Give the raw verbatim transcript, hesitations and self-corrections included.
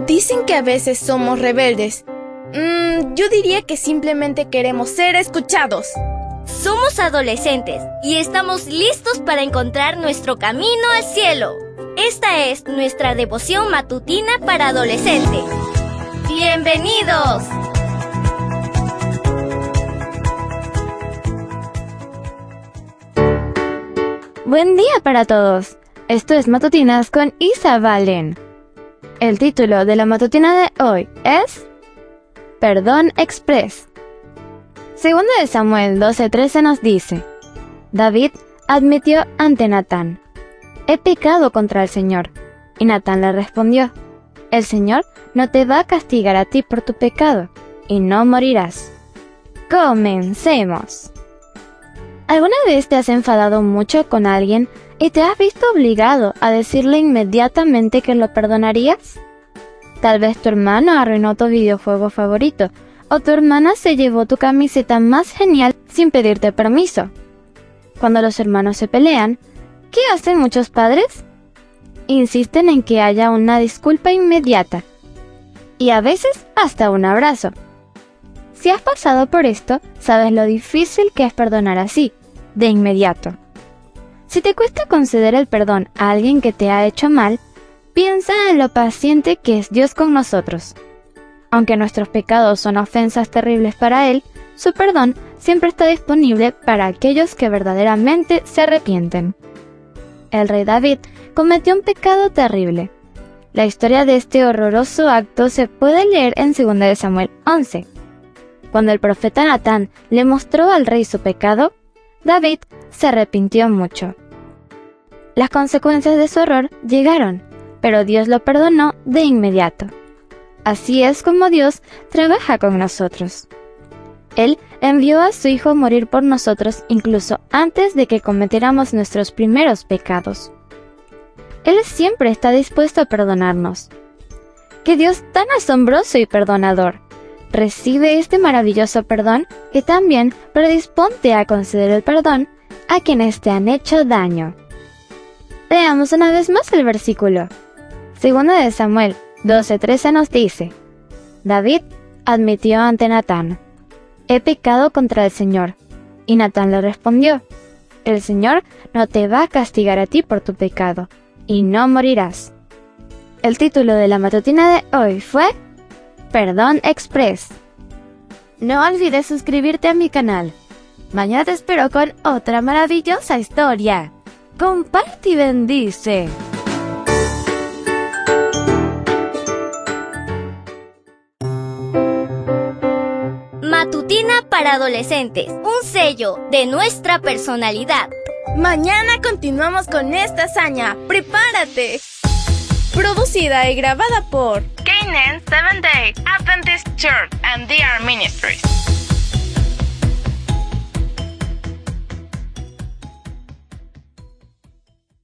Dicen que a veces somos rebeldes. Mm, yo diría que simplemente queremos ser escuchados. Somos adolescentes y estamos listos para encontrar nuestro camino al cielo. Esta es nuestra devoción matutina para adolescentes. ¡Bienvenidos! Buen día para todos. Esto es Matutinas con Isa Valen. El título de la matutina de hoy es Perdón Express. Segunda de Samuel doce trece nos dice: David admitió ante Natán: he pecado contra el Señor. Y Natán le respondió: el Señor no te va a castigar a ti por tu pecado, y no morirás. Comencemos. ¿Alguna vez te has enfadado mucho con alguien y te has visto obligado a decirle inmediatamente que lo perdonarías? Tal vez tu hermano arruinó tu videojuego favorito, o tu hermana se llevó tu camiseta más genial sin pedirte permiso. Cuando los hermanos se pelean, ¿qué hacen muchos padres? Insisten en que haya una disculpa inmediata, y a veces hasta un abrazo. Si has pasado por esto, sabes lo difícil que es perdonar así, de inmediato. Si te cuesta conceder el perdón a alguien que te ha hecho mal, piensa en lo paciente que es Dios con nosotros. Aunque nuestros pecados son ofensas terribles para Él, su perdón siempre está disponible para aquellos que verdaderamente se arrepienten. El rey David cometió un pecado terrible. La historia de este horroroso acto se puede leer en Segunda de Samuel once. Cuando el profeta Natán le mostró al rey su pecado, David se arrepintió mucho. Las consecuencias de su error llegaron, pero Dios lo perdonó de inmediato. Así es como Dios trabaja con nosotros. Él envió a su Hijo a morir por nosotros incluso antes de que cometiéramos nuestros primeros pecados. Él siempre está dispuesto a perdonarnos. ¡Qué Dios tan asombroso y perdonador! Recibe este maravilloso perdón y también predisponte a conceder el perdón a quienes te han hecho daño. Leamos una vez más el versículo. Segunda de Samuel doce trece nos dice: David admitió ante Natán: he pecado contra el Señor. Y Natán le respondió: el Señor no te va a castigar a ti por tu pecado, y no morirás. El título de la matutina de hoy fue Perdón Express. No olvides suscribirte a mi canal. Mañana te espero con otra maravillosa historia. Comparte y bendice. Matutina para adolescentes, un sello de nuestra personalidad. Mañana continuamos con esta hazaña. ¡Prepárate! Producida y grabada por Canaan Seventh Day Adventist Church and D R Ministries.